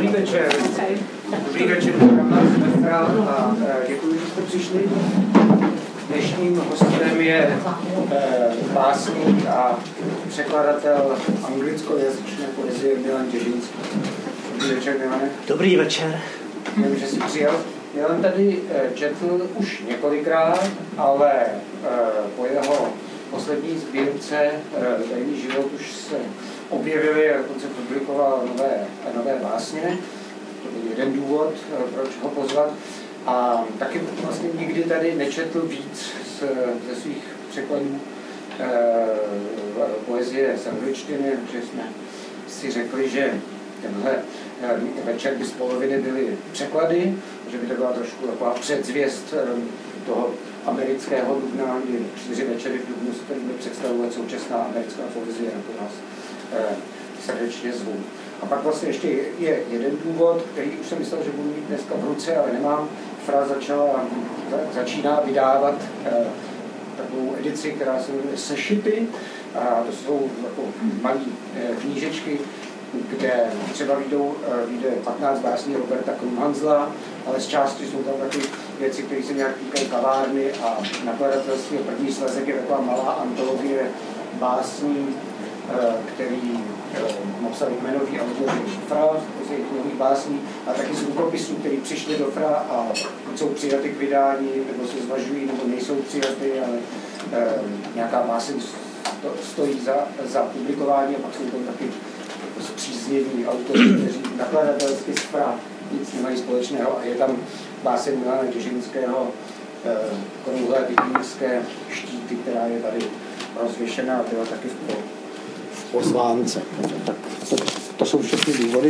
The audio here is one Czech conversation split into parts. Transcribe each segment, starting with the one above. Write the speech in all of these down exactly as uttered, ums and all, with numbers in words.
Dobrý večer. Dobrý večer, a děkuji, že jste přišli. Dnešním hostem je básník a překladatel anglickojazyčné poezie Milan Těžinský. Dobrý večer, Milane. Dobrý večer. Vím, že jsi přijel. Milan tady četl už několikrát, ale po jeho poslední sbírce Tajný život už se objevily a dokonce publikoval nové, nové básně. To byl jeden důvod, proč ho pozvat. A taky vlastně nikdy tady nečetl víc z, ze svých překladů e, poezie z angličtiny, že jsme si řekli, že tenhle večer by z poloviny byly překlady, že by to byla trošku taková předzvěst toho amerického dubna, kdy čtyři večery v dubnu se tady bude představovat současná americká poezie, na to nás e, srdečně zvu. A pak vlastně ještě je jeden důvod, který už jsem myslel, že budu mít dneska v ruce, ale nemám. Fra začala, začíná vydávat e, takovou edici, která se jmenuje Sešity. A to jsou jako malé e, knížečky, kde třeba vyjdou, e, vyjde patnáct básní Roberta Krumhanzla, ale z části jsou tam taky věci, které se nějak týkají kavárny a nakladatelství. První slezek je taková malá antologie básní, e, který napsali jmenový autoři Fra, z jejich nových básní, a taky z rukopisů, který přišli do Fra a jsou přijaty k vydání, nebo se zvažují, nebo nejsou přijaty, ale e, nějaká báseň sto, stojí za, za publikování, a pak jsou to taky zpříznění autoři, kteří nakladatelsky z Fra nic nemají společného, a je tam báseň Milana Těžinského, e, krouhlé vikingské štíty, která je tady rozvěšená a byla taky v pozvánce. Tak, to, to jsou všechny důvody.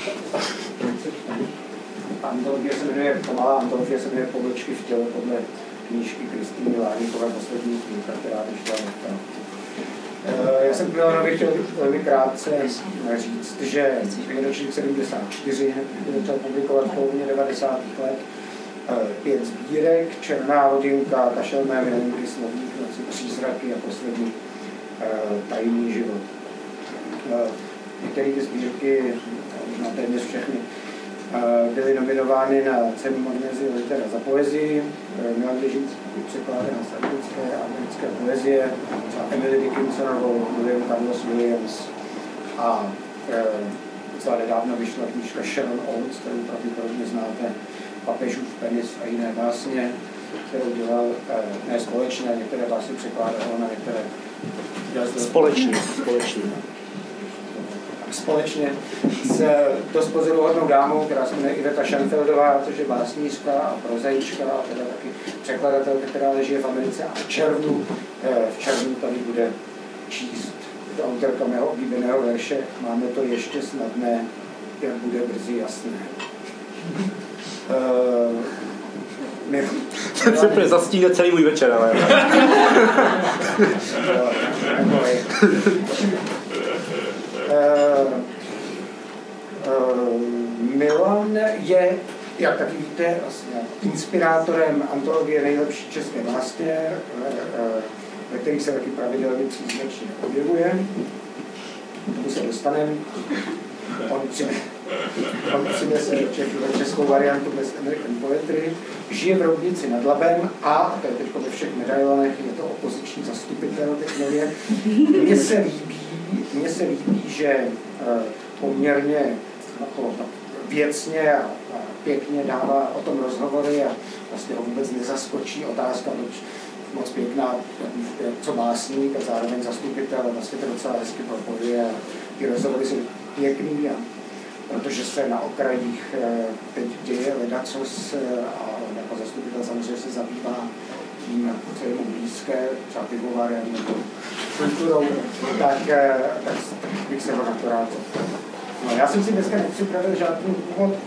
Antologie se jmenuje, to malá antologie se jmenuje Pobočky v těle podle knížky Kristýny Láníkové, poslední knížka, která vyšla. Já jsem Milanovi chtěl velmi krátce říct, že je ročník sedmdesát čtyři, začal publikovat v polovině devadesátých let pět sbírek, Černá hodinka, Kašelné milenky, Slovník noci, Přízraky a poslední Tajný život. Některé sbírky, možná téměř všechny, byly nominovány na cenu Magnesia Litera za poezii. Milan Těžinský překládá z anglické a americké poezie, třeba Emily Dickinsonovou, William Carlos Williams, a docela nedávno vyšla knížka Sharon Olds, kterou pravděpodobně znáte, Papežův penis a jiné básně, kterou dělal ne společně, některé básně překládal na některé Společně, společně. Společně s dost pozoruhodnou dámou, která se jmenuje Iveta Schenfeldová, což je básnířka a prozaička, a teda taky překladatelka, která žije v Americe, a v červnu, v červnu tady bude číst autorka mého oblíbeného verše Máme to ještě snadné, jak bude brzy jasné. Uh, Se prý zastíne celý můj večer, ale... Milan je, jak taky víte, vlastně inspirátorem antologie nejlepší české básně, ve kterých se taky pravidelně příznačně objevuje. Tomu se dostaneme. On přinese, on přinese českou variantu bez American Poetry, žije v Roudnici nad Labem a, to je teď ve všech medailonech, je to opoziční zastupitel teď nově. Mně se líbí, mně se líbí, že poměrně jako věcně a pěkně dává o tom rozhovory a vlastně ho vůbec nezaskočí otázka, moc pěkná, co básník a zároveň zastupitel, vlastně to docela hezky propojuje. Ty rozhovory jsou pěkný, a protože se na okrajích teď děje ledacos a jako zastupitel samozřejmě se zabývá tím, co je mu blízké, třeba pivovarem nebo kulturou, tak, tak bych se ho na to rád. No, já jsem si dneska nepřipravil žádný úvod.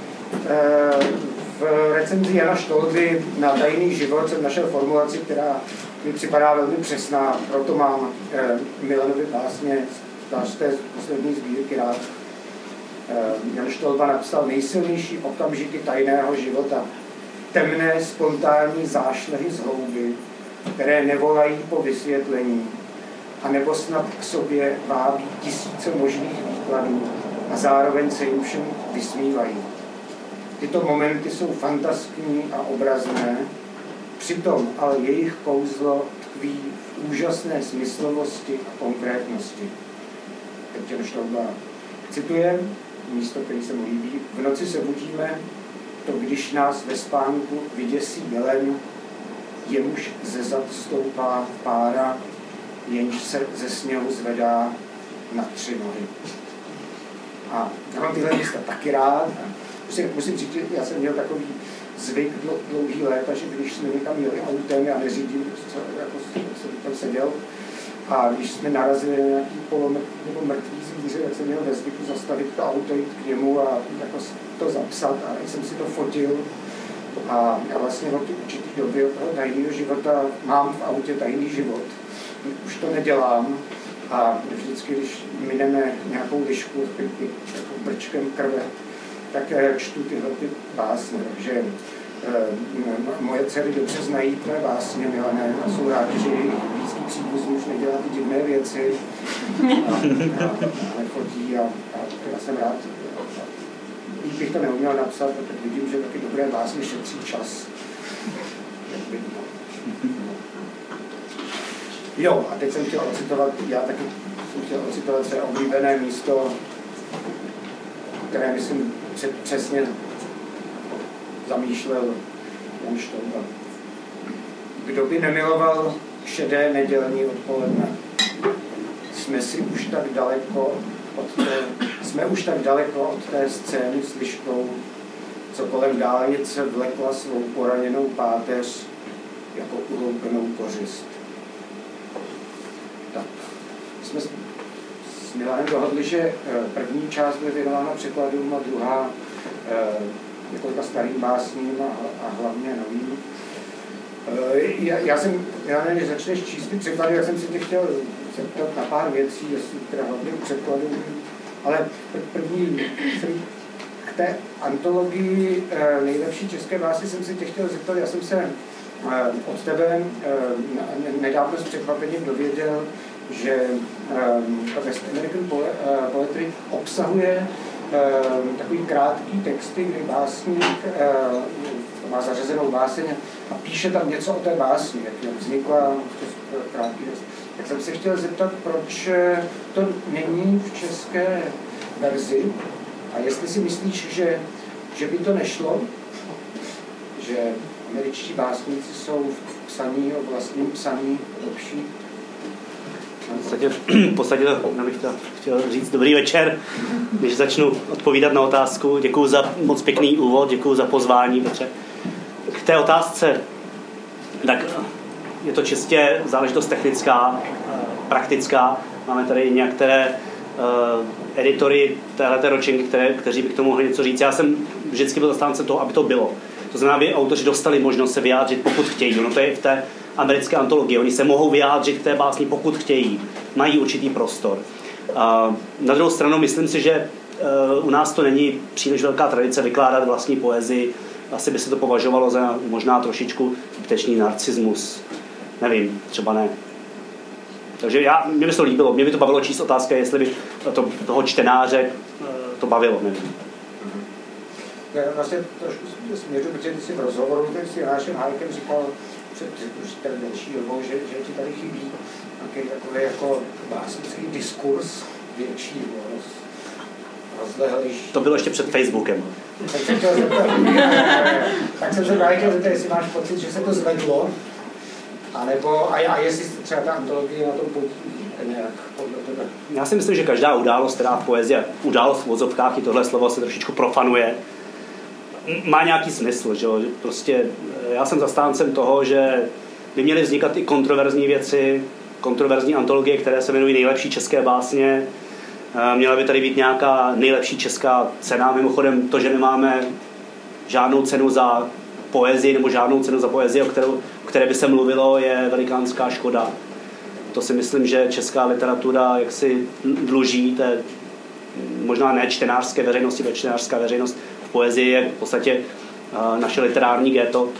V recenzi Jana Štolby na Tajný život jsem našel formulaci, která mi připadá velmi přesná, proto mám Milanovi básně z té poslední sbírky rád. Jan Štolba napsal nejsilnější okamžiky tajného života. Temné, spontánní zášlehy z hlouby, které nevolají po vysvětlení, anebo snad k sobě vábí tisíce možných výkladů, a zároveň se jim všem vysmívají. Tyto momenty jsou fantaskní a obrazné, přitom ale jejich kouzlo tkví v úžasné smyslovosti a konkrétnosti. Petr Štolba cituje místo, který se mu líbí. V noci se budíme, to když nás ve spánku vyděsí jelen, jemuž ze zad stoupá pára, jenž se ze sněhu zvedá na tři nohy. A já mám tyhle místa taky rád. Musím, musím říct, já jsem měl takový zvyk dlouhý léta, že když jsme někam jeli autem, já neřídím, co, jako jsem tam seděl, a když jsme narazili na nějaký polomrtvý nebo mrtvý zvíře, tak jsem měl ve zvyku zastavit to auto, jít k němu a jako to zapsat, a jsem si to fotil. A já vlastně od určitý doby od toho tajného života mám v autě tajný život. Už to nedělám a vždycky, když mineme nějakou lišku jako brčkem krve, tak čtu tyhle ty básně. Takže moje dcery dobře znají tvé básně, milané, a jsou rádi, že jejich blízký příbuzný už nedělá ty divné věci a, a, a nefotí a, a já jsem rád. Když bych to neuměl napsat, protože vidím, že taky dobré básně šetří čas. Jo, a teď jsem chtěl ocitovat, já taky jsem chtěl ocitovat své oblíbené místo, které myslím přesně zamýšlel Jan Štolba. Kdo by nemiloval šedé nedělní odpoledne? Jsme si už tak daleko od té, jsme už tak daleko od té scény s liškou, co kolem dálnice vlekla svou poraněnou páteř jako uloupenou kořist. Tak, jsme s Milanem dohodli, že první část bude věnována překladům a druhá několika starým básním a, a hlavně novým. Já, já jsem, já nevím, když začneš číst ty překlady, jak jsem si tě chtěl zeptat na pár věcí, jestli teda hlavně u překladů, ale první jsem k té antologii nejlepší české básny jsem si tě chtěl zeptat, já jsem se od tebe nedávno s překvapením dověděl, že West American Poetry obsahuje takový krátký texty, kdy básník má zařazenou báseň a píše tam něco o té básni, jak vznikla krátký text. Tak jsem se chtěl zeptat, proč to není v české verzi a jestli si myslíš, že, že by to nešlo, že američtí básníci jsou v psaní, o vlastním psaní lepší. V podstatě, v podstatě to, bych to chtěl říct dobrý večer, když začnu odpovídat na otázku. Děkuju za moc pěkný úvod, děkuju za pozvání, Petře. K té otázce, tak je to čistě záležitost technická, praktická. Máme tady některé uh, editory téhleté ročenky, které, kteří by k tomu mohli něco říct. Já jsem vždycky byl zastáncem toho, aby to bylo. To znamená, aby autoři dostali možnost se vyjádřit, pokud chtějí. No to je v té americké antologii. Oni se mohou vyjádřit k té básni, pokud chtějí. Mají určitý prostor. Uh, na druhou stranu myslím si, že uh, u nás to není příliš velká tradice vykládat vlastní poezii. Asi by se to považovalo za možná trošičku zbytečný narcismus. Nevím, třeba ne. Takže já, mě by to líbilo, mě by to bavilo číst otázka, jestli by to, toho čtenáře uh, to bavilo, nevím. Já vlastně trošku směřu, protože ty jsi v rozhovoru, který si naším Hájkem říkal před už tady delší dobou, že, že ti tady chybí nějaký takový jako básnický diskurs větší, roz, rozlehlejší. To bylo ještě před Facebookem. Tak jsem chtěl zeptat, tak jsem se právě chtěl zeptat, jestli máš pocit, že se to zvedlo, anebo, a, a jestli třeba ta antologie na tom podílí nějak podle tebe. Já si myslím, že každá událost, která v poezii, událost v vozovkách, i tohle slovo se trošičku profanuje, má nějaký smysl, že jo? Prostě já jsem zastáncem toho, že by měly vznikat i kontroverzní věci, kontroverzní antologie, které se jmenují nejlepší české básně. Měla by tady být nějaká nejlepší česká cena. Mimochodem to, že nemáme žádnou cenu za poezii nebo žádnou cenu za poezii, o, kterou, o které by se mluvilo, je velikánská škoda. To si myslím, že česká literatura jaksi dluží té možná ne čtenářské veřejnosti, protože čtenářská veřejnost v poezii je v podstatě uh, naše literární ghetto.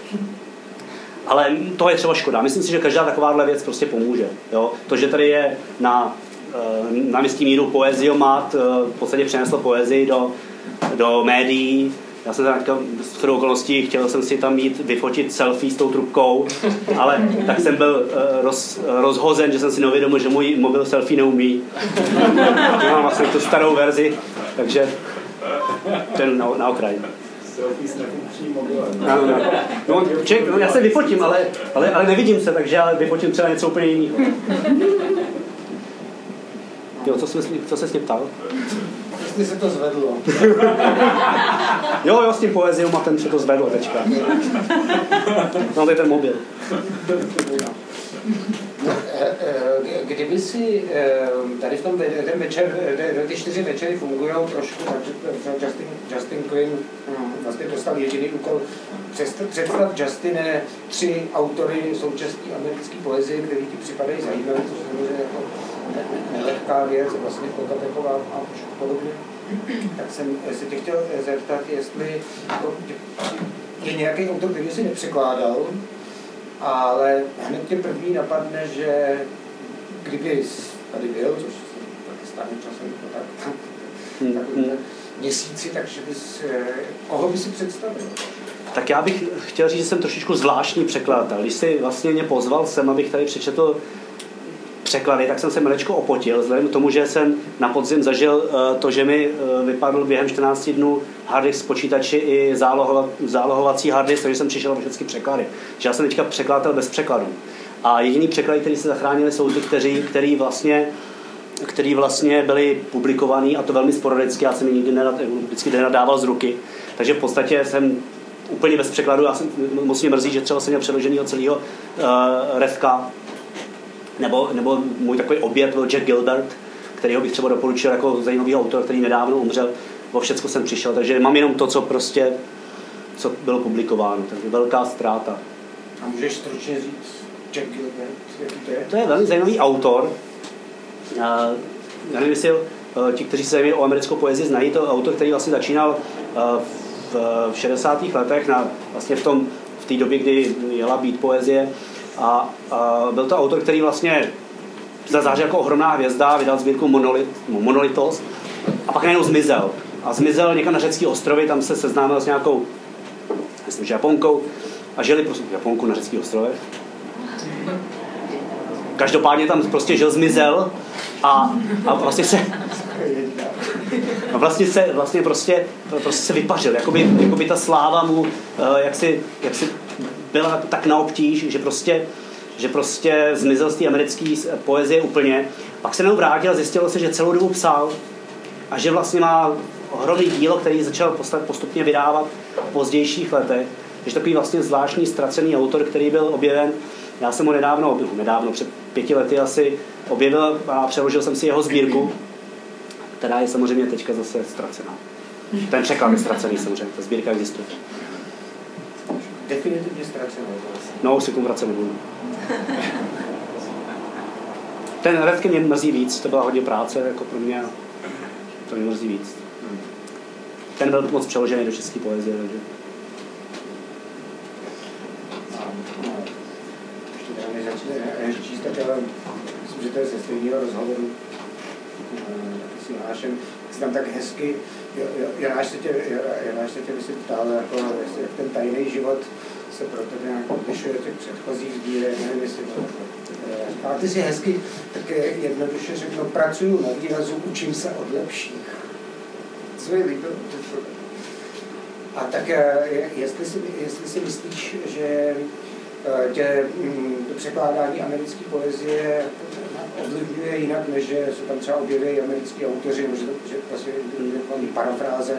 Ale to je třeba škoda. Myslím si, že každá takováhle věc prostě pomůže. Jo? To, že tady je na náměstí míru Poeziomat v podstatě přenesl poezii do, do médií. Já jsem tam s chodou okolností, chtěl jsem si tam mít vyfotit selfie s tou trubkou, ale tak jsem byl roz, rozhozen, že jsem si neuvědomil, že můj mobil selfie neumí. Že mám vlastně tu starou verzi, takže ten na, na okraji. Selfie s nefunkčním mobilem. No, no. No, ček, no, já se vyfotím, ale, ale, ale nevidím se, takže já vyfotím třeba něco úplně jiného. Jo, co jsi, co jsi mě ptal? Jestli se to zvedlo. Jo, jo, s tím Poeziomatem se to zvedlo teďka. No, to je ten mobil. No, kdyby si tady v tom ten večer, ty čtyři večery fungují trošku, Justin, Justin Quinn vlastně dostal jediný úkol představ, Justine, tři autory současné americké poezie, které ti připadají zajímavé, což samozřejmě jako nelehká věc, vlastně Kotapeková a podobně. Tak jsem se tě chtěl zeptat, jestli je nějaký autor, který si nepřekládal, ale hned tě první napadne, že kdyby tady byl, což se taky stane časem, tak, hmm. tak měsíci, takže bys, koho by si představil? Tak já bych chtěl říct, že jsem trošičku zvláštní překladatel. Když si vlastně mě pozval sem, abych tady přečetl překlady, tak jsem se milečko opotil, vzhledem k tomu, že jsem na podzim zažil uh, to, že mi uh, vypadl během čtrnácti dnů harddisk z počítači i zálohova, zálohovací harddisk, takže jsem přišel o všechny překlady. Že já jsem teďka překladatel bez překladů. A jediný překlady, který se zachránili, jsou ty, kteří, který vlastně, který vlastně byly publikovaný, a to velmi sporadicky, já jsem je nikdy nenad, vždycky nenadával z ruky. Takže v podstatě jsem úplně bez překladu, já jsem moc mě mrzí, že třeba jsem měl přeložený od celého uh, Revka, Nebo, nebo můj takový oběd byl Jack Gilbert, kterýho bych třeba doporučil jako zajímavý autor, který nedávno umřel. O všecko jsem přišel, takže mám jenom to, co prostě co bylo publikováno. Takže velká ztráta. A můžeš stručně říct Jack Gilbert, jaký to je? To je velmi zajímavý autor. Já nevím, jestli ti, kteří se zajímají o americkou poezii, znají to autor, který vlastně začínal v šedesátých letech, na, vlastně v tom v té době, kdy jela být poezie. A, a byl to autor, který vlastně zazářil jako ohromná hvězda, vydal sbírku Monolit, Monolitos a pak najednou zmizel. A zmizel někam na řecký ostrovy, tam se seznámil s nějakou, myslím, že Japonkou, a žili prostě v Japonku na řeckých ostrovech. Každopádně tam prostě žil, zmizel a, a vlastně se a vlastně se vlastně prostě, prostě se vypařil, jakoby, jakoby ta sláva mu jak si, jak si byla tak na obtíž, že prostě, že prostě zmizel z té americké poezie úplně. Pak se mnou vrátil a zjistilo se, že celou dobu psal a že vlastně má ohromný dílo, který začal postupně vydávat v pozdějších letech. Takže takový vlastně zvláštní ztracený autor, který byl objeven. Já jsem ho nedávno, nedávno před pěti lety asi objevil a přeložil jsem si jeho sbírku, která je samozřejmě teďka zase ztracená. Ten překlad je ztracený samozřejmě, ta sbírka existuje. Definitivně ztracený. No, už si k tomu vracet nebudu. Ten Revke mě mrzí víc, to byla hodně práce jako pro mě, to mě mrzí víc. Ten byl moc přeložený do české poezie, takže... Ještě teda než začne číst, tak já myslím, že to je ze stejného rozhovoru taky s Jonášem, si tam tak hezky, Jonáš se tě, Jonáš se tě by si ptal, jako, jak ten tajný život se pro tebe nějak odlišuje těch předchozích sbírek, nevím, jestli to říká. Ty si hezky tak jednoduše řekl, pracuju na výrazu, učím se od lepších. Co je líbilo? A tak jestli si, jestli si myslíš, že tě překládání americké poezie ovlivňuje jinak, než že se tam třeba objeví americký autoři, že, že vlastně parafráze.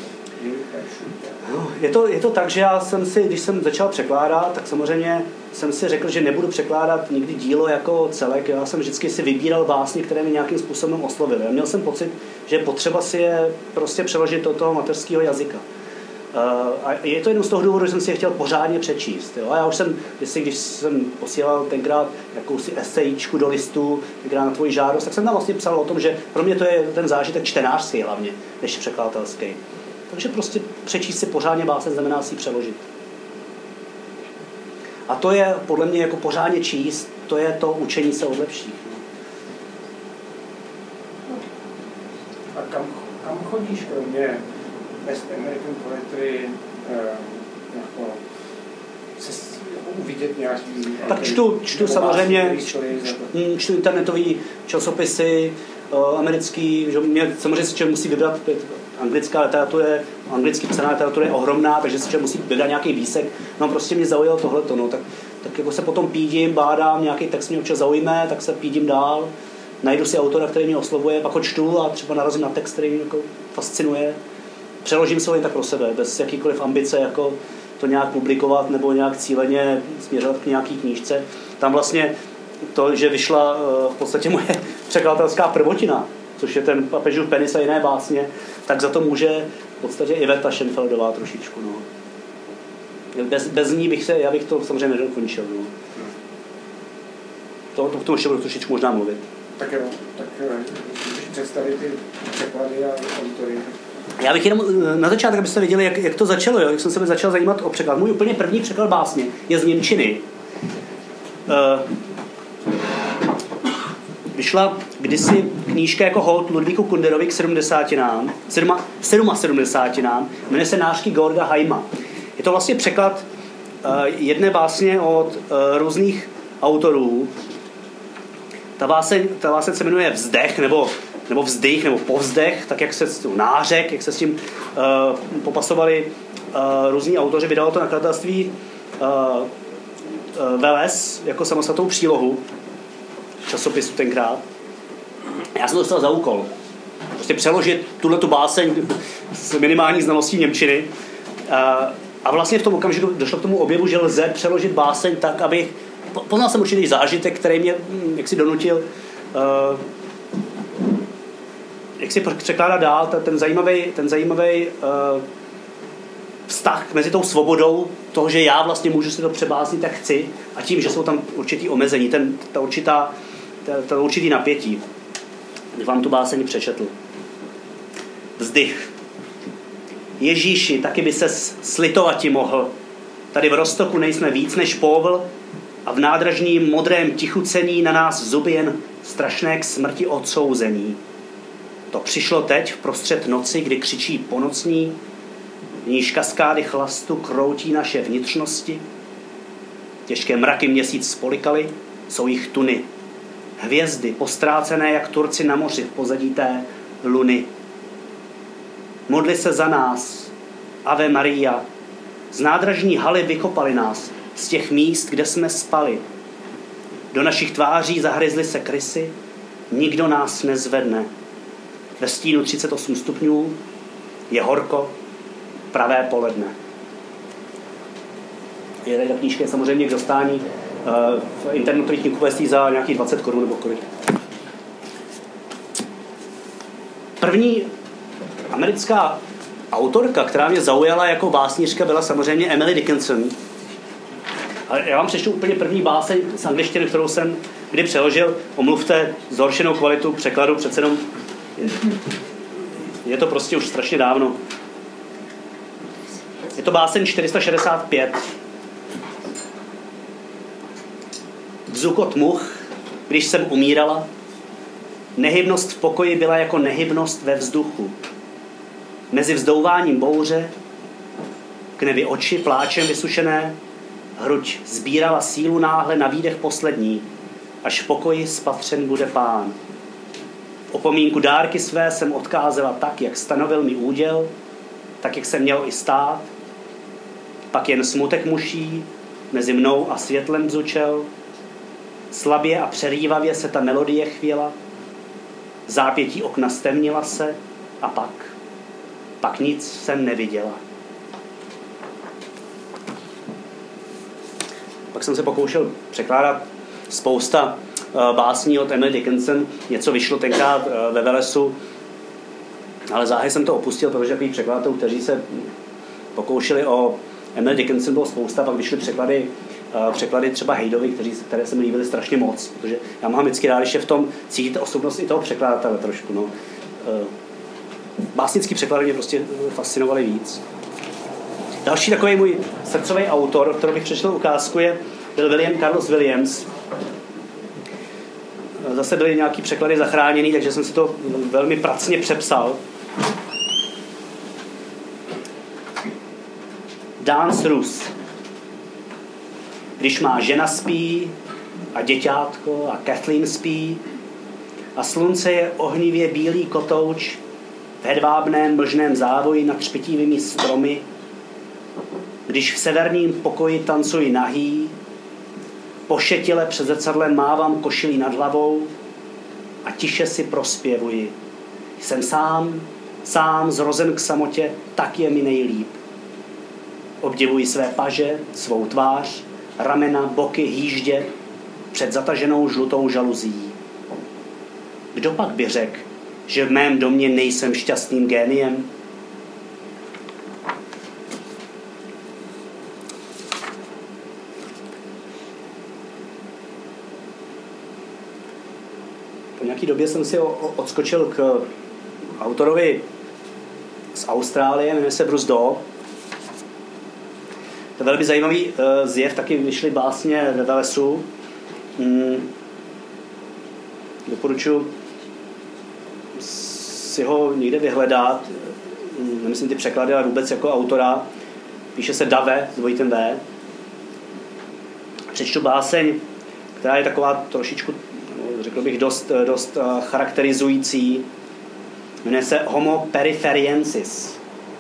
No, je, to, je to tak, že já jsem si, když jsem začal překládat, tak samozřejmě jsem si řekl, že nebudu překládat nikdy dílo jako celek. Já jsem vždycky si vybíral básně, které mě nějakým způsobem oslovily. Já měl jsem pocit, že je potřeba si je prostě přeložit do toho mateřského jazyka. A je to jenom z toho důvodu, že jsem si je chtěl pořádně přečíst. Jo? A já už jsem, jestli, když jsem posílal tenkrát jakousi esejíčku do listu, tenkrát na tvoji žádost, tak jsem tam vlastně psal o tom, že pro mě to je ten zážitek čtenářský hlavně, než překladatelský. Takže prostě přečíst si pořádně báseň znamená si ji přeložit. A to je podle mě jako pořádně číst, to je to učení se od lepších. chodíš kromě West American Poetry eh, jako se uvidět nějaký... Tak čtu, čtu samozřejmě, čtu, čtu internetové časopisy, uh, americký, že mě samozřejmě si člověk musí vybrat, anglická literatura, anglicky psaná literatura je ohromná, takže si člověk musí vybrat nějaký výsek. No prostě mě zaujalo tohleto, no, tak, tak jako se potom pídím, bádám, nějaký text mě občas zaujme, tak se pídím dál, najdu si autora, který mě oslovuje, pak ho čtu a třeba narazím na text, který mě jako fascinuje. Přeložím se ho jen tak pro sebe, bez jakýkoliv ambice, jako to nějak publikovat nebo nějak cíleně směřovat k nějaký knížce. Tam vlastně to, že vyšla v podstatě moje překladatelská prvotina, což je ten Papežův penis a jiné básně, tak za to může v podstatě Iveta Schenfeldová trošičku. No. Bez, bez ní bych se, já bych to samozřejmě nedokončil. No. To, to, to ještě budu trošičku možná mluvit. Tak jo, tak můžeš představit ty překlady a autory. Já bych jenom na začátek, abyste viděli, jak, jak to začalo, jo? Jak jsem se začal zajímat o překlad. Můj úplně první překlad básně je z němčiny. Uh, vyšla kdysi knížka jako hold Ludvíku Kunderovi k sedmdesátinám, sedma, sedmdesátinám, jmenuje se Nářky Georga Heima. Je to vlastně překlad uh, jedné básně od uh, různých autorů. Ta báseň, ta báseň se jmenuje Vzdech, nebo nebo vzdych, nebo povzdech, tak jak se nářek, jak se s tím uh, popasovali uh, různí autoři, vydalo to nakladatelství uh, uh, Veles jako samostatnou přílohu časopisu tenkrát. Já jsem to dostal za úkol. Prostě přeložit tuhletu báseň s minimální znalostí němčiny. Uh, a vlastně v tom okamžiku došlo k tomu objevu, že lze přeložit báseň tak, abych... Poznal jsem určitý zážitek, který mě jaksi donutil uh, jak si překládat dál, ten zajímavý, ten zajímavý uh, vztah mezi tou svobodou toho, že já vlastně můžu si to přebásnit, jak chci, a tím, že jsou tam určitý omezení, ten, ta určitá, ta, ta určitý napětí. Když vám tu báseň přečetl. Vzdych. Ježíši, taky by se slitovati mohl. Tady v Roztoku nejsme víc než povl a v nádražním modrém tichucení na nás zuby jen strašné k smrti odsouzení. To přišlo teď v prostřed noci, kdy křičí ponocní, v níž kaskády chlastu kroutí naše vnitřnosti. Těžké mraky měsíc spolikaly, jsou jich tuny. Hvězdy postrácené jak Turci na moři v pozadí té luny. Modli se za nás, Ave Maria. Z nádražní haly vykopali nás, z těch míst, kde jsme spali. Do našich tváří zahryzly se krysy, nikdo nás nezvedne. Ve stínu třicet osm stupňů je horko, pravé poledne. Je tady ta knížka samozřejmě k dostání v internetových knihkupectví za nějakých dvacet korun nebo kolik. První americká autorka, která mě zaujala jako básnířka, byla samozřejmě Emily Dickinson. A já vám přečtu úplně první báseň z angličtiny, kterou jsem kdy přeložil. Omluvte zhoršenou kvalitu překladu, přece jenom je to prostě už strašně dávno. Je to báseň čtyři sta šedesát pět. Vzukot much, když jsem umírala, nehybnost v pokoji byla jako nehybnost ve vzduchu. Mezi vzdouváním bouře, k nebi oči pláčem vysušené, hruď sbírala sílu náhle na výdech poslední, až v pokoji spatřen bude Pán. V opomínku dárky své jsem odkázela tak, jak stanovil mi úděl, tak, jak jsem měl i stát. Pak jen smutek muší mezi mnou a světlem bzučel. Slabě a přerývavě se ta melodie chvěla. Zápětí okna stemnila se a pak, pak nic jsem neviděla. Pak jsem se pokoušel překládat spousta uh, básní od Emily Dickinson. Něco vyšlo tenkrát uh, ve Velesu, ale záhy jsem to opustil, protože takových překladatelů, kteří se pokoušeli o Emily Dickinson, bylo spousta, pak vyšly překlady, uh, překlady třeba Hejdovi, kteří, které se mi líbily strašně moc, protože já mám vždycky rád, když je v tom cítíte osobnost i toho překladatele trošku. No. Uh, básnický překlady mě prostě fascinovaly víc. Další takový můj srdcový autor, kterou bych přečetl ukázku, je, byl William Carlos Williams. Zase byly nějaký překlady zachráněný, takže jsem si to velmi pracně přepsal. Dance Rus. Když má žena spí a děťátko a Kathleen spí a slunce je ohnivě bílý kotouč v hedvábném mlžném závoji nad třpitivými stromy, když v severním pokoji tancuji nahý, pošetile před zrcadlem mávám košilí nad hlavou a tiše si prospěvuji. Jsem sám, sám zrozen k samotě, tak je mi nejlíp. Obdivuji své paže, svou tvář, ramena, boky, hýždě před zataženou žlutou žaluzí. Kdo pak by řekl, že v mém domě nejsem šťastným géniem? Po nějaký době jsem si odskočil k autorovi z Austrálie, jmenuje se Bruce Daw. To je velmi zajímavý zjev, taky vyšly básně ve Velesu. Hmm. Doporučuji si ho někde vyhledat. Nemyslím ty překlady, ale vůbec jako autora. Píše se Dave s dvojitým V. Přečtu báseň, která je taková trošičku, řekl bych, dost, dost charakterizující. Jmenuje se Homo periferiensis.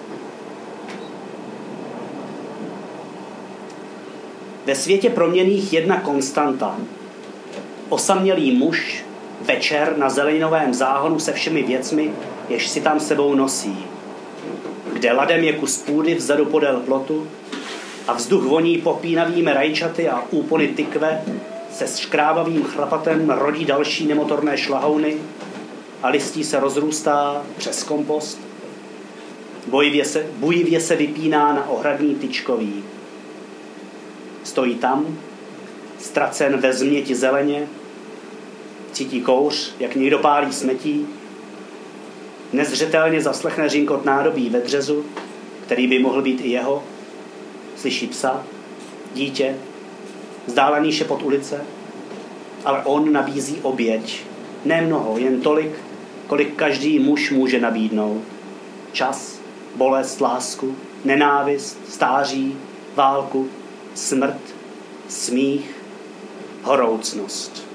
Ve světě proměnných jedna konstanta. Osamělý muž večer na zeleninovém záhonu se všemi věcmi, jež si tam sebou nosí. Kde ladem je kus půdy vzadu podél plotu a vzduch voní popínavými rajčaty a úpony tykve, se škrábavým chrapatem rodí další nemotorné šlahouny a listí se rozrůstá přes kompost. Bojivě se, bujivě se vypíná na ohradní tyčkový. Stojí tam, ztracen ve změti zeleně, cítí kouř, jak někdo pálí smetí, nezřetelně zaslechne řínkot nádobí ve dřezu, který by mohl být i jeho, slyší psa, dítě, vzdálený šepot ulice, ale on nabízí oběť. Ne mnoho, jen tolik, kolik každý muž může nabídnout. Čas, bolest, lásku, nenávist, stáří, válku, smrt, smích, horoucnost.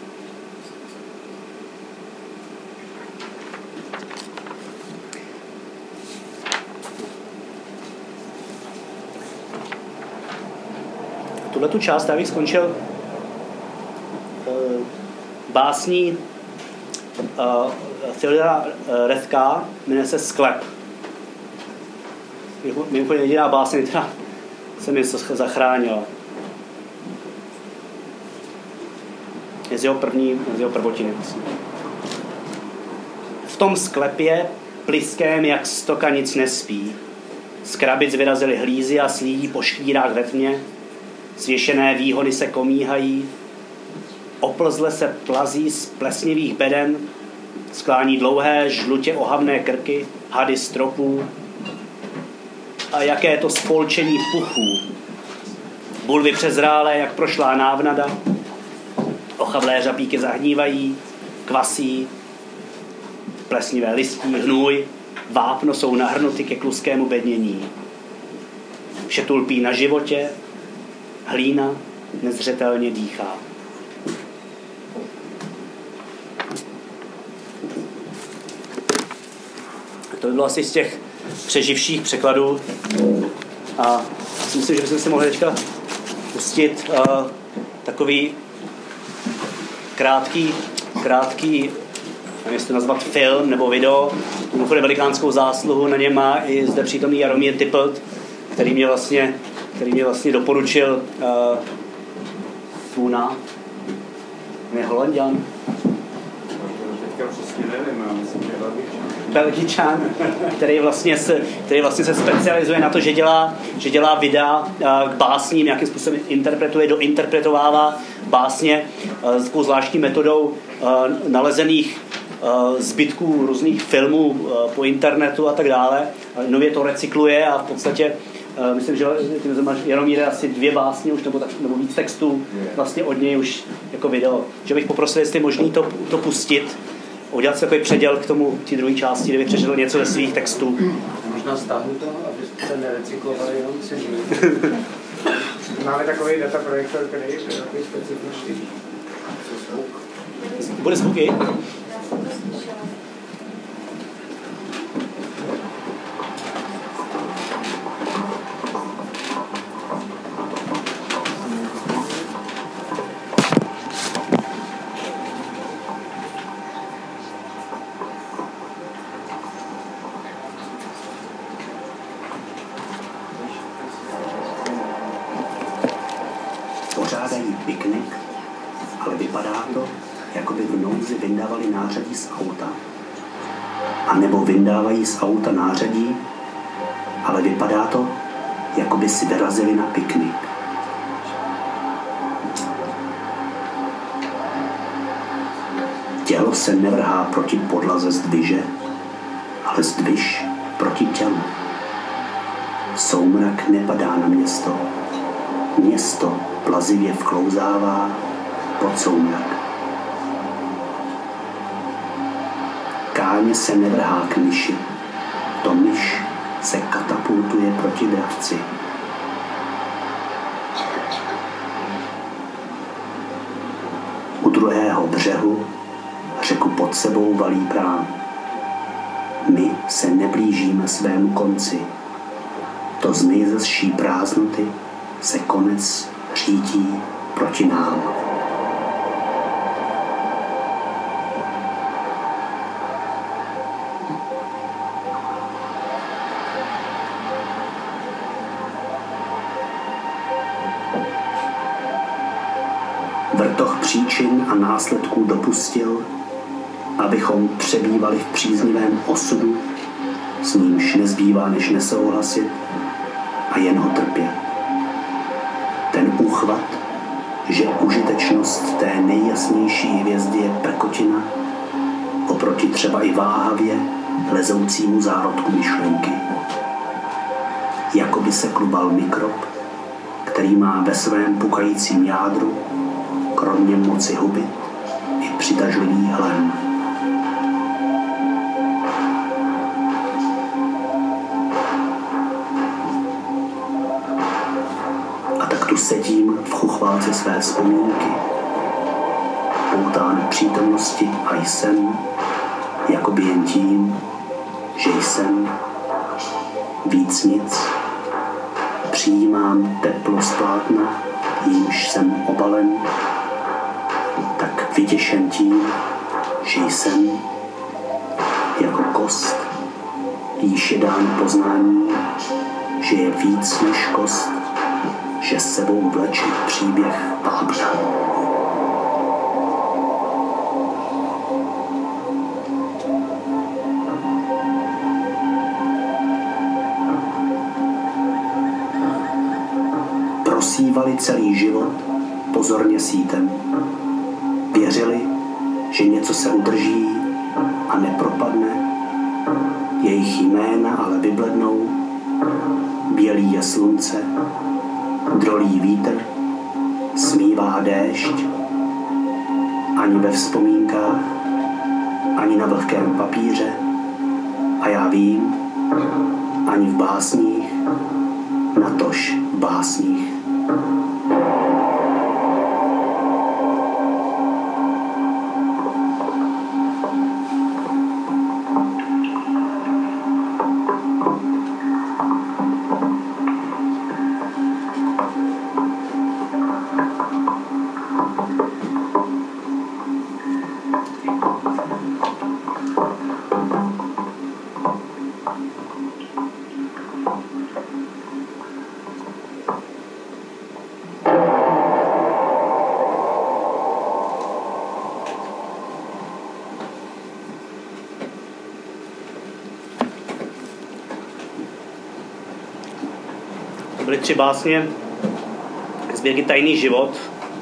Tuhletu část já bych skončil uh, básní uh, Theodora Redka, jmenuje se Sklep. Mimochodem jediná básně, která se mi zachránila. Je z jeho první, z jeho prvotiny. V tom sklepě, pliském jak stoka, nic nespí. Z krabic vyrazily hlízy a slídí po škvírách ve tmě. Svěšené výhony se komíhají. Oplzle se plazí z plesnivých beden. Sklání dlouhé, žlutě ohavné krky, hady stropů. A jaké to spolčení puchů. Bulvy přezrálé, jak prošlá návnada. Ochavlé řapíky zahnívají, kvasí, plesnivé listí, hnůj, vápno jsou nahrnuty ke kluskému bednění. Vše tulpí na životě, hlína nezřetelně dýchá. To by bylo asi z těch přeživších překladů. A myslím, že bychom si mohli teďka pustit uh, takový krátký, krátký, nevím, jestli to nazvat film nebo video. Mimochodem velikánskou zásluhu na něm má i zde přítomný Jaromír Tippelt, který mě vlastně, který mě vlastně doporučil uh, Funa. Je Holanďan. Teďka přesně nevím, já myslím, že Belgičan, který vlastně, se, který vlastně se specializuje na to, že dělá, že dělá videa k básním, nějakým způsobem interpretuje, dointerpretovává básně s takovou zvláštní metodou nalezených zbytků různých filmů po internetu a tak dále. Nově to recykluje a v podstatě myslím, že Jaromíre asi dvě básně už nebo, tak, nebo víc textů vlastně od něj už jako video. Že bych poprosil, jestli je možný to, to pustit, udělat si takový předěl k tomu, té druhé části, kde bych přečetl něco ze svých textů. Možná Možná stáhnu to, abyste se nerecyklovali jenom cení. Máme takový dataprojektor, který je takový specifický. Co zvuk? Bude zvuky? Pořádají piknik, ale vypadá to, jako by v nouzi vyndávali nářadí z auta. A nebo vyndávají z auta nářadí, ale vypadá to, jako by si vyrazili na piknik. Tělo se nevrhá proti podlaze zdviže, ale zdviž proti tělu. Soumrak nepadá na město. Město plazivě vklouzává pod soumrak. Káně se nevrhá k myši. To myš se katapultuje proti dravci. U druhého břehu řeku pod sebou valí prám. My se neblížíme svému konci. To z nejzazší prázdnoty se konec řítí proti nám. Vrtoch příčin a následků dopustil, abychom přebývali v příznivém osudu, s nímž nezbývá než nesouhlasit a jen ho trpět. Ten úchvat, že užitečnost té nejjasnější hvězdy je prkotina, oproti třeba i váhavě lezoucímu zárodku myšlenky. Jakoby se klubal mikrob, který má ve svém pukajícím jádru kromě moci hubit i přitažlivý hlen. A tak tu sedím v chuchválce své vzpomínky, poutá nepřítomnosti a jsem, jakoby jen tím, že jsem víc nic. Přijímám teplo z plátna, jímž jsem obalen, tak vytěšen tím, že jsem jako kost, jíž je dán poznání, že je víc než kost, že s sebou vleče příběh vábna. Prosívali celý život pozorně sítem. Věřili, že něco se udrží a nepropadne. Jejich jména ale vyblednou. Bělý je slunce, drolí vítr, smívá déšť. Ani ve vzpomínkách, ani na vlhkém papíře. A já vím, ani v básních, natož v básních. Byly tři básně sbírky Tajný život.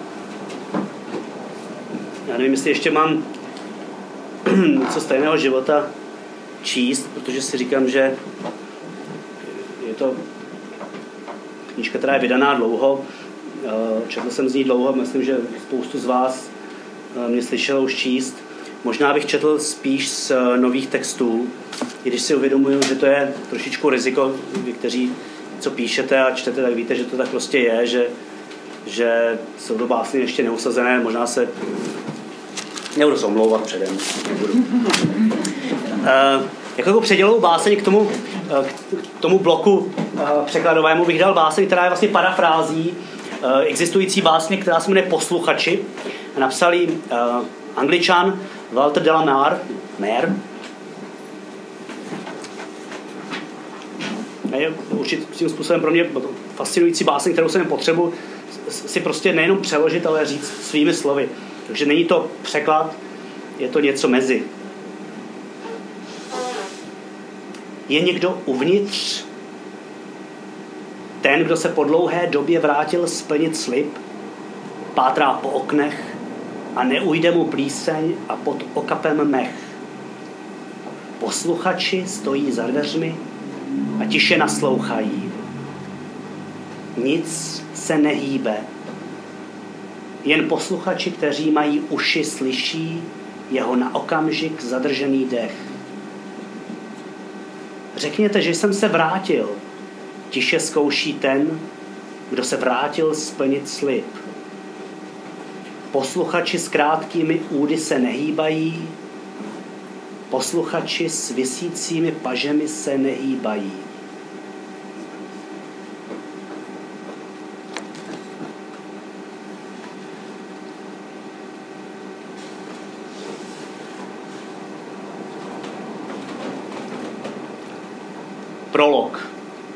Já nevím, jestli ještě mám něco z Tajného života číst, protože si říkám, že je to knížka, která je vydaná dlouho. Četl jsem z ní dlouho, myslím, že spoustu z vás mě slyšelo už číst. Možná bych četl spíš z nových textů, i když si uvědomuju, že to je trošičku riziko. Vy, kteří co píšete a čtete, tak víte, že to tak prostě je, že, že jsou to básně ještě neusazené, možná se nebudu se omlouvat předem. Nebudu. Uh, jako předělovou báseň k tomu, uh, k tomu bloku uh, překladovému bych dal báseň, která je vlastně parafrází uh, existující básně, která se jmenuje Posluchači. Napsal ji uh, Angličan Walter de la Mare, Mare. Je určitým způsobem pro mě fascinující báseň, kterou jsem potřebuji si prostě nejenom přeložit, ale říct svými slovy. Takže není to překlad, je to něco mezi. Je někdo uvnitř? Ten, kdo se po dlouhé době vrátil splnit slib, pátrá po oknech a neujde mu plíseň a pod okapem mech. Posluchači stojí za dveřmi a tiše naslouchají. Nic se nehýbe. Jen posluchači, kteří mají uši, slyší jeho na okamžik zadržený dech. Řekněte, že jsem se vrátil. Tiše zkouší ten, kdo se vrátil splnit slib. Posluchači s krátkými údy se nehýbají. Posluchači s visícími pažemi se nehýbají. Prolog.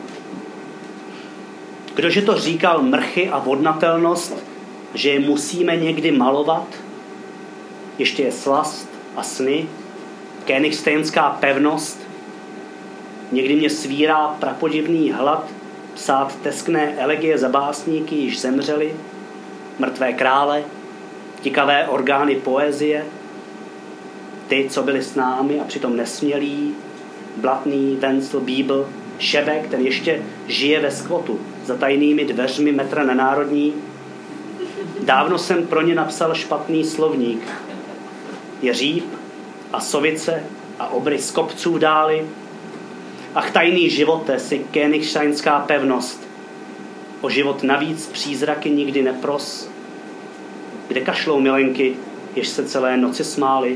Kdože to říkal mrchy a vodnatelnost, že je musíme někdy malovat? Ještě je slast a sny, Königsteinská pevnost. Někdy mě svírá prapodivný hlad psát teskné elegie za básníky, již zemřeli, mrtvé krále, tikavé orgány poezie, ty, co byli s námi a přitom nesmělí, Blatný, Wenzel, Bíbl, Šebek, ten ještě žije ve skvotu za tajnými dveřmi metra na Národní. Dávno jsem pro ně napsal špatný slovník. Je říp a sovice a obrys kopců v dáli. Ach, tajný živote si Königsteinská pevnost. O život navíc přízraky nikdy nepros. Kde kašlou milenky, jež se celé noci smály.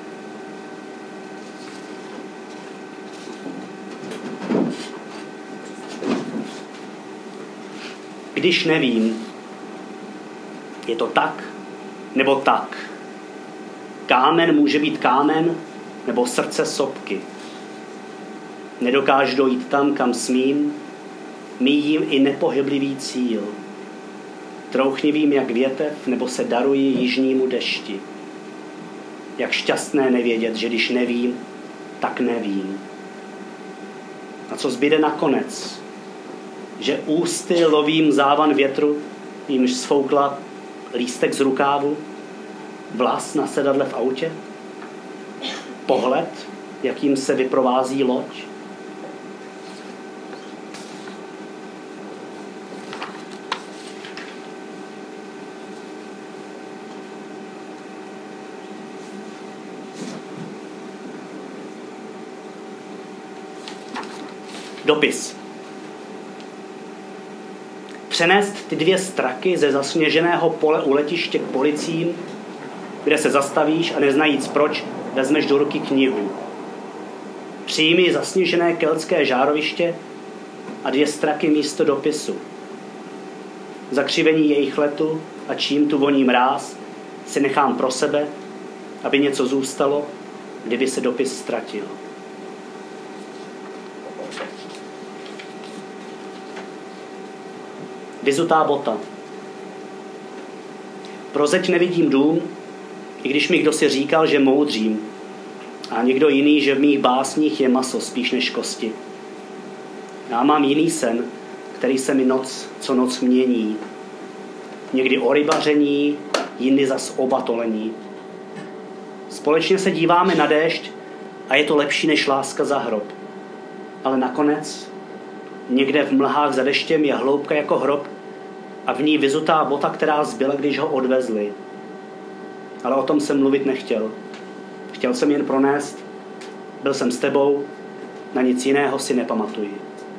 Když nevím, je to tak nebo tak. Kámen může být kámen nebo srdce sopky. Nedokážu dojít tam, kam smím, míjím i nepohyblivý cíl. Trouchnivým jak větev nebo se daruji jižnímu dešti. Jak šťastné nevědět, že když nevím, tak nevím. A co zbyde nakonec? Že ústy lovím závan větru, jímž sfoukla lístek z rukávu, vlas na sedadle v autě, pohled, jakým se vyprovází loď. Dopis. Přenést ty dvě straky ze zasněženého pole u letiště k policím, kde se zastavíš a neznajíc proč, vezmeš do ruky knihu. Přijmi zasněžené keltské žároviště a dvě straky místo dopisu. Zakřivení jejich letu a čím tu voní mráz si nechám pro sebe, aby něco zůstalo, kdyby se dopis ztratil. Vyzutá bota. Prozeď nevidím dům, i když mi kdo si říkal, že moudřím. A někdo jiný, že v mých básních je maso spíš než kosti. Já mám jiný sen, který se mi noc co noc mění. Někdy o rybaření, jindy zas o batolení. Společně se díváme na déšť a je to lepší než láska za hrob. Ale nakonec někde v mlhách za deštěm je hloubka jako hrob a v ní vyzutá bota, která zbyla, když ho odvezli. Ale o tom jsem mluvit nechtěl. Chtěl jsem jen pronést, byl jsem s tebou, na nic jiného si nepamatuji.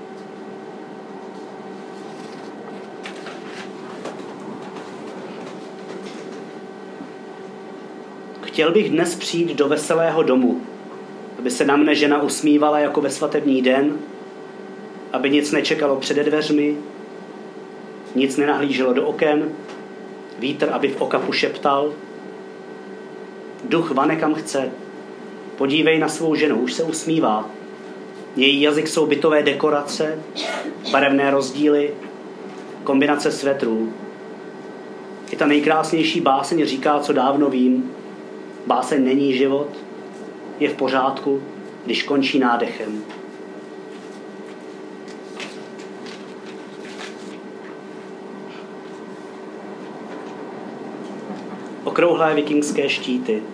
Chtěl bych dnes přijít do veselého domu, aby se na mne žena usmívala jako ve svatební den, aby nic nečekalo přede dveřmi, nic nenahlíželo do oken, vítr, aby v okapu šeptal. Duch vane kam chce. Podívej na svou ženu, už se usmívá. Její jazyk jsou bytové dekorace, barevné rozdíly, kombinace svetrů. I ta nejkrásnější báseň říká, co dávno vím. Báseň není život, je v pořádku, když končí nádechem. Okrouhlé vikingské štíty.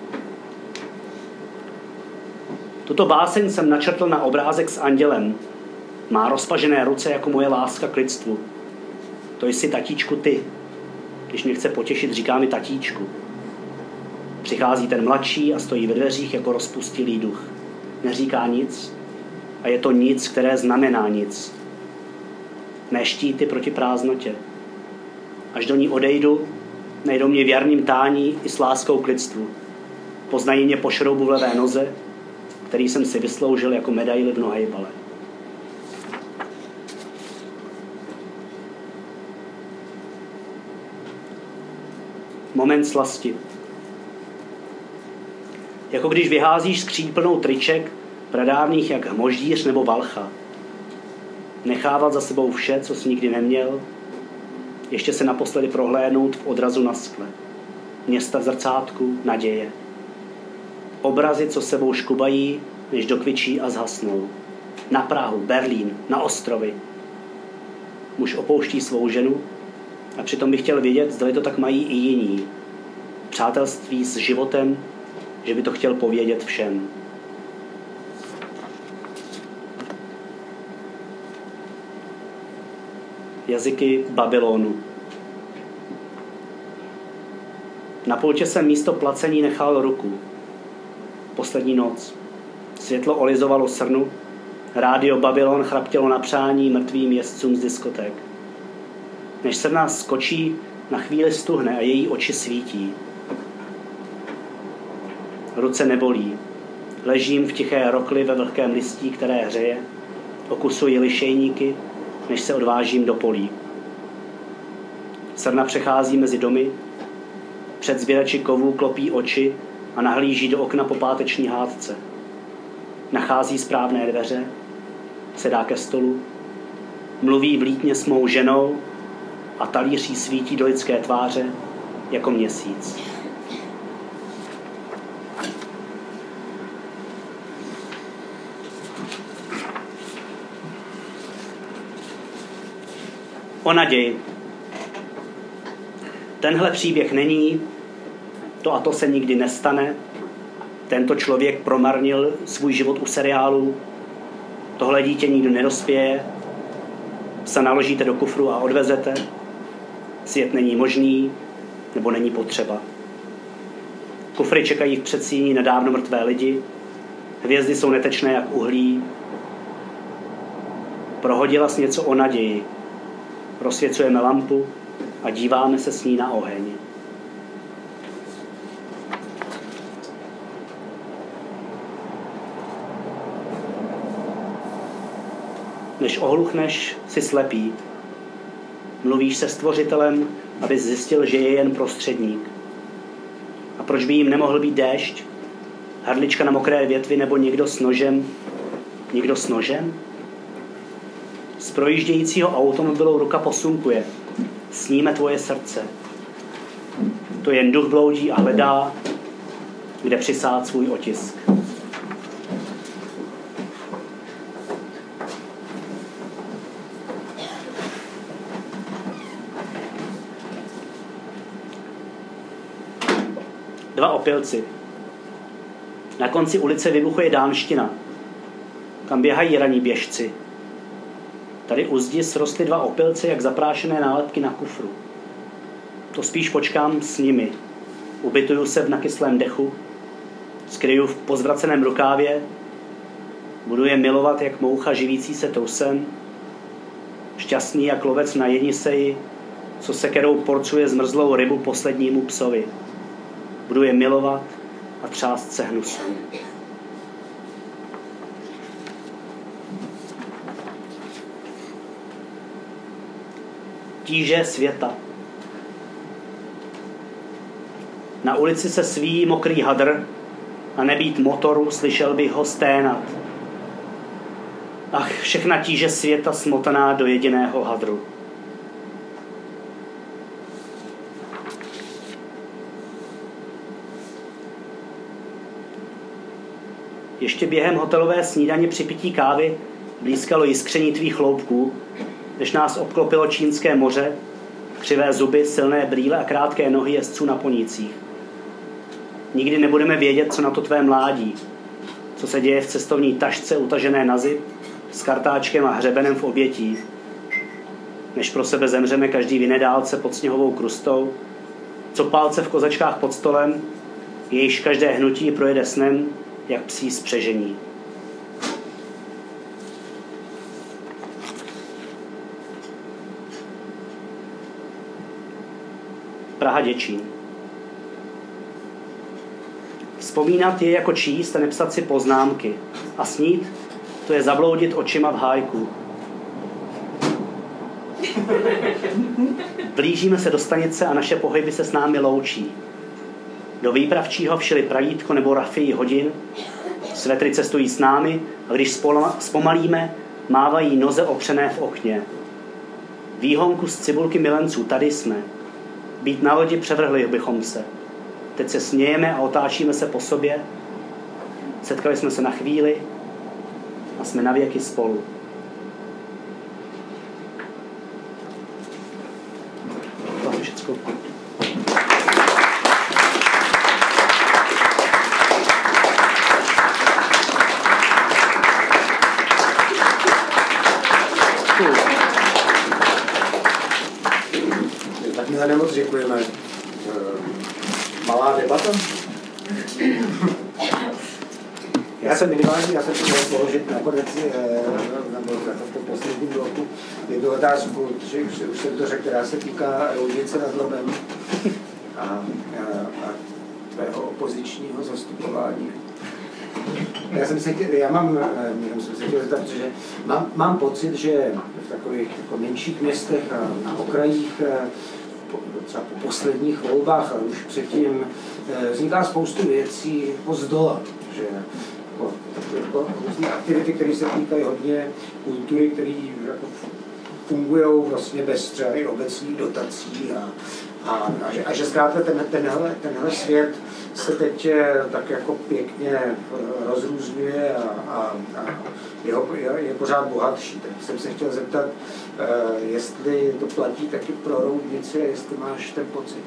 Tuto báseň jsem načrtl na obrázek s andělem. Má rozpažené ruce jako moje láska k lidstvu. To jsi, tatíčku, ty. Když mě chce potěšit, říká mi tatíčku. Přichází ten mladší a stojí ve dveřích jako rozpustilý duch. Neříká nic a je to nic, které znamená nic. Mé štíty proti prázdnotě. Až do ní odejdu, najdou mě věrným tání i s láskou k lidstvu. Poznají mě po šroubu v levé noze, který jsem si vysloužil jako medaili v nohejbale. Moment slasti. Jako když vyházíš skříň plnou triček, pradávných jak hmoždíř nebo valcha. Nechávat za sebou vše, co jsi nikdy neměl, ještě se naposledy prohlédnout v odrazu na skle. Města v zrcátku, naděje. Obrazy, co sebou škubají, než dokvičí a zhasnou. Na Prahu, Berlín, na ostrovy. Muž opouští svou ženu a přitom by chtěl vědět, zda to tak mají i jiní. Přátelství s životem, že by to chtěl povědět všem. Jazyky Babylonu. Na pultě jsem místo placení nechal ruku. Poslední noc. Světlo olizovalo srnu, rádio Babylon chraptělo na přání mrtvým jezdcům z diskoték. Než srna skočí, na chvíli stuhne a její oči svítí. Ruce nebolí. Ležím v tiché rokli ve vlhkém listí, které hřeje. Okusuji lišejníky, než se odvážím do polí. Srna přechází mezi domy, před zběrači kovů klopí oči a nahlíží do okna po páteční hádce. Nachází správné dveře, sedá ke stolu, mluví vlítně s mou ženou a talíř jí svítí do lidské tváře jako měsíc. O naději. Tenhle příběh není, to a to se nikdy nestane, tento člověk promarnil svůj život u seriálu, tohle dítě nikdy nedospěje, se naložíte do kufru a odvezete, svět není možný nebo není potřeba. Kufry čekají v předsíni na dávno mrtvé lidi, hvězdy jsou netečné jak uhlí. Prohodila jsi něco o naději. Rozsvěcujeme lampu a díváme se s ní na oheň. Než ohluchneš, si slepý. Mluvíš se stvořitelem, aby zjistil, že je jen prostředník. A proč by jim nemohl být déšť? Hrdlička na mokré větvi nebo někdo s nožem? Někdo s nožem? Z projíždějícího automobilu ruka posunkuje. Sníme tvoje srdce. To jen duch bloudí a hledá, kde přisát svůj otisk. Dva opilci. Na konci ulice vybuchuje dánština, kam běhají raní běžci. Tady u zdi srostly dva opilci, jak zaprášené nálepky na kufru. To spíš počkám s nimi. Ubytuju se v nakyslém dechu. skryju v pozvraceném rukávě, budu je milovat jak moucha živící se tousem, šťastný jak lovec na jeniseji, co sekerou porcuje zmrzlou rybu poslednímu psovi. Budu je milovat a třást se hnusem. Tíže světa. Na ulici se svíjí mokrý hadr a nebýt motoru, slyšel bych ho sténat. Ach, všechna tíže světa smotaná do jediného hadru. Ještě během hotelové snídaně při pití kávy blízkalo jiskření tvých chloupků, než nás obklopilo Čínské moře, křivé zuby, silné brýle a krátké nohy jezdců na ponících. Nikdy nebudeme vědět, co na to tvé mládí, co se děje v cestovní tašce utažené na zip, s kartáčkem a hřebenem v obětí. Než pro sebe zemřeme každý v jiné dálce pod sněhovou krustou, co palce v kozačkách pod stolem, jejíž každé hnutí projede snem, jak psí spřežení. Praha Děčín. Vzpomínat je jako číst a nepsat si poznámky. A snít, to je zabloudit očima v hájku. Blížíme se do stanice a naše pohyby se s námi loučí. Do výpravčího všili pravítko nebo rafii hodin, svetry cestují s námi a když zpomalíme, mávají noze opřené v okně. Výhonku z cibulky milenců, tady jsme. Být na lodi převrhli bychom se. Teď se smějeme a otáčíme se po sobě. Setkali jsme se na chvíli a jsme navěky spolu. To je všecko. Tak Milane, moc děkujeme. Malá debata? Já jsem minimálně, já jsem chtěl položit nakonec, nebo v tom posledním bloku, jednu otázku, že už, už jsem to řekl, která se týká Roudnice nad Labem a, a, a tvého opozičního zastupování. Já jsem se chtěl, já mám, já jsem se chtěl zeptat, že mám, mám pocit, že v takových jako menších městech a na okrajích, třeba po posledních volbách, ale už předtím, vzniká spoustu věcí jako zdola, že jako, jako různé aktivity, které se týkají hodně kultury, které jako fungují vlastně bez třeba i obecních dotací a, a, a, že, a že zkrátka ten, tenhle, tenhle svět se teď tak jako pěkně rozrůzňuje a, a, a je, je, je pořád bohatší. Tak jsem se chtěl zeptat, jestli to platí taky pro Roudnici a jestli máš ten pocit.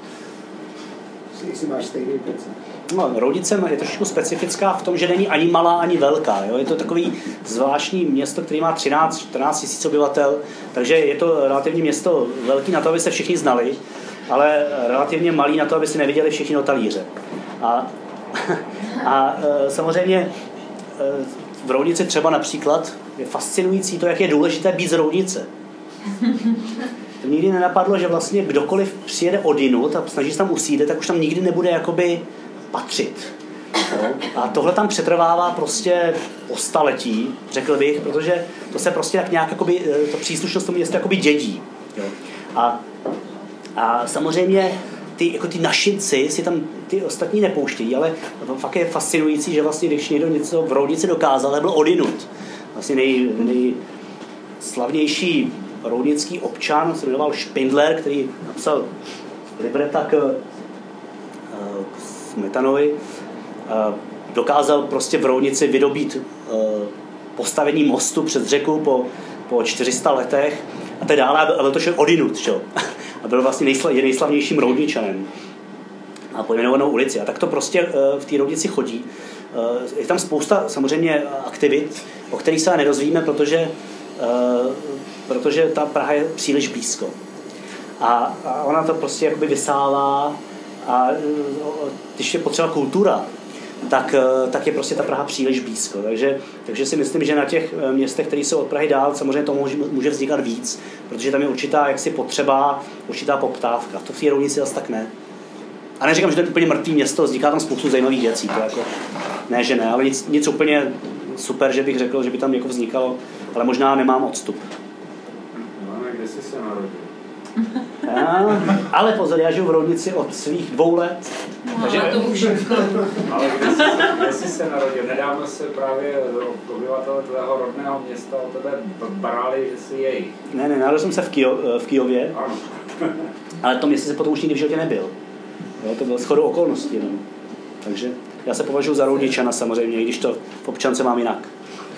Jestli máš stejný pocit. No, Roudnice je trošku specifická v tom, že není ani malá, ani velká. Jo? Je to takový zvláštní město, který má třináct čtrnáct tisíc obyvatel, takže je to relativně město velký na to, aby se všichni znali, ale relativně malý na to, aby si neviděli všichni na talíře. A, a samozřejmě v Roudnici třeba například je fascinující to, jak je důležité být z Roudnice. To nikdy nenapadlo, že vlastně kdokoliv přijede odinut a snaží se tam usídlit, tak už tam nikdy nebude jakoby patřit. No. A tohle tam přetrvává prostě po staletí, řekl bych, protože to se prostě tak nějak jakoby, to příslušnost tomu městu jakoby dědí. Jo. A, a samozřejmě ty, jako ty našinci si tam ty ostatní nepouštějí, ale fakt je fascinující, že vlastně když někdo něco v Roudnici dokázal, byl odinut. Vlastně nej, nejslavnější roudnický občan se jmenoval Špindler, který napsal libreta k Smetanovi, dokázal prostě v Roudnici vydobít postavení mostu přes řeku po, po čtyři sta letech a tak dále, a byl to člověk odinut, čo? A byl vlastně nejsla, je nejslavnějším Roudničanem a pojmenovanou ulici. A tak to prostě v té Roudnici chodí. Je tam spousta samozřejmě aktivit, o kterých se nedozvíme, protože, protože ta Praha je příliš blízko. A, a ona to prostě jakoby vysává a když je potřeba kultura, tak, tak je prostě ta Praha příliš blízko. Takže, takže si myslím, že na těch městech, které jsou od Prahy dál, samozřejmě to může, může vznikat víc, protože tam je určitá jaksi potřeba, určitá poptávka. To v té Roudnici zase tak ne. A neříkám, že to je úplně mrtvý město, vzniká tam spoustu zajímavých věcí. To jako, ne, že ne, ale nic, nic úplně super, že bych řekl, že by tam jako vznikalo, ale možná nemám odstup. No, kde jsi se narodil? Já, ale pozor, já žiju v Roudnici od svých dvou let. No, takže... to už ale kde jsi, kde jsi se narodil? Nedávno se právě obyvatele tvého rodného města o tebe brali, že jsi jejich. Ne, ne, narodil jsem se v, Kijo, v Kijově, ano. Ale to městě se potom už nikdy v životě nebyl. Jo, to bylo shodou okolností. No. Takže já se považuji za Roudničana samozřejmě, i když to v občance mám jinak.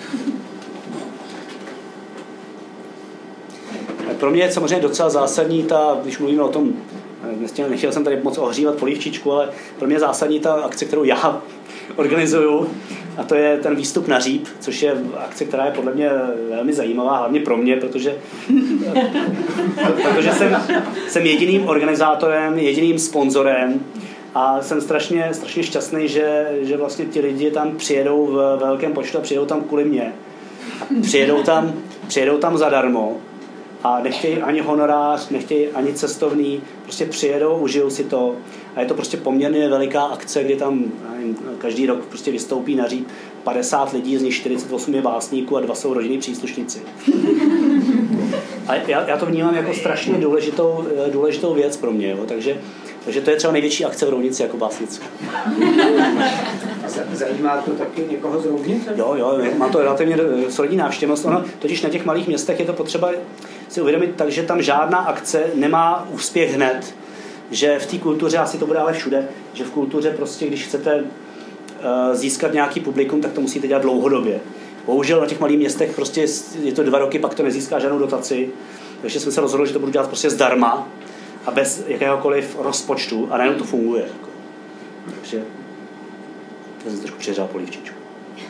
Pro mě je samozřejmě docela zásadní ta, když mluvíme o tom, nechtěl jsem tady moc ohřívat polívčičku, ale pro mě je zásadní ta akce, kterou já organizuju, a to je ten výstup na Říp, což je akce, která je podle mě velmi zajímavá, hlavně pro mě, protože, protože jsem, jsem jediným organizátorem, jediným sponzorem a jsem strašně, strašně šťastný, že, že vlastně ti lidi tam přijedou v velkém počtu a přijedou tam kvůli mě. Přijedou tam, přijedou tam zadarmo a nechtějí ani honorář, nechtějí ani cestovný, prostě přijedou, užijou si to a je to prostě poměrně veliká akce, kdy tam nevím, každý rok prostě vystoupí na Říp padesát lidí, z nich čtyřicet osm je básníků a dva jsou rodinní příslušníci. A já, já to vnímám jako strašně důležitou, důležitou věc pro mě, jo? Takže, takže to je třeba největší akce v Roudnici jako básnická. A zajímá to taky někoho z Roudnice? Jo, jo, má to relativně solidní návštěvnost. Ono, totiž na těch malých městech je to potřeba si uvědomit tak, že tam žádná akce nemá úspěch hned. Že v té kultuře, asi to bude ale všude, že v kultuře prostě, když chcete uh, získat nějaký publikum, tak to musíte dělat dlouhodobě. Bohužel na těch malých městech prostě je to dva roky, pak to nezíská žádnou dotaci. Takže jsem se rozhodl, že to budu dělat prostě zdarma a bez jakéhokoliv rozpočtu a najednou to funguje. Jako. Takže já jsem trošku přeřál polívčičku.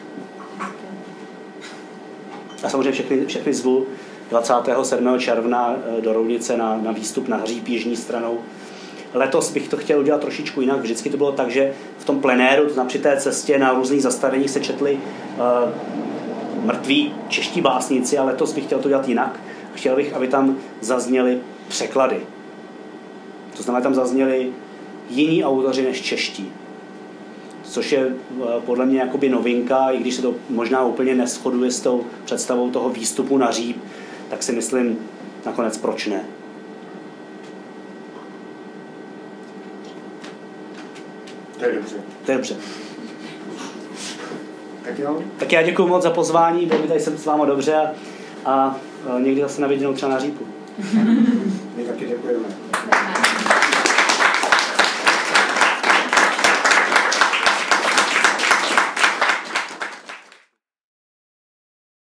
A samozřejmě všechny, všechny zvu dvacátého sedmého června do Roudnice na, na výstup na Hříb jižní stranou. Letos bych to chtěl udělat trošičku jinak. Vždycky to bylo tak, že v tom plenéru, to znamená při té cestě na různých zastaveních se četli uh, mrtví čeští básníci, a letos bych chtěl to dělat jinak. Chtěl bych, aby tam zazněly překlady. To znamená, tam zazněli jiní autoři než čeští. Což je podle mě jakoby novinka, i když se to možná úplně neshoduje s tou představou toho výstupu na Říp, tak si myslím nakonec proč ne. To je dobře. To je dobře. Tak jo. Tak já děkuji moc za pozvání, bylo by tady jsem s váma dobře a, a někdy zase na viděnou třeba na Řípu. My taky děkujeme.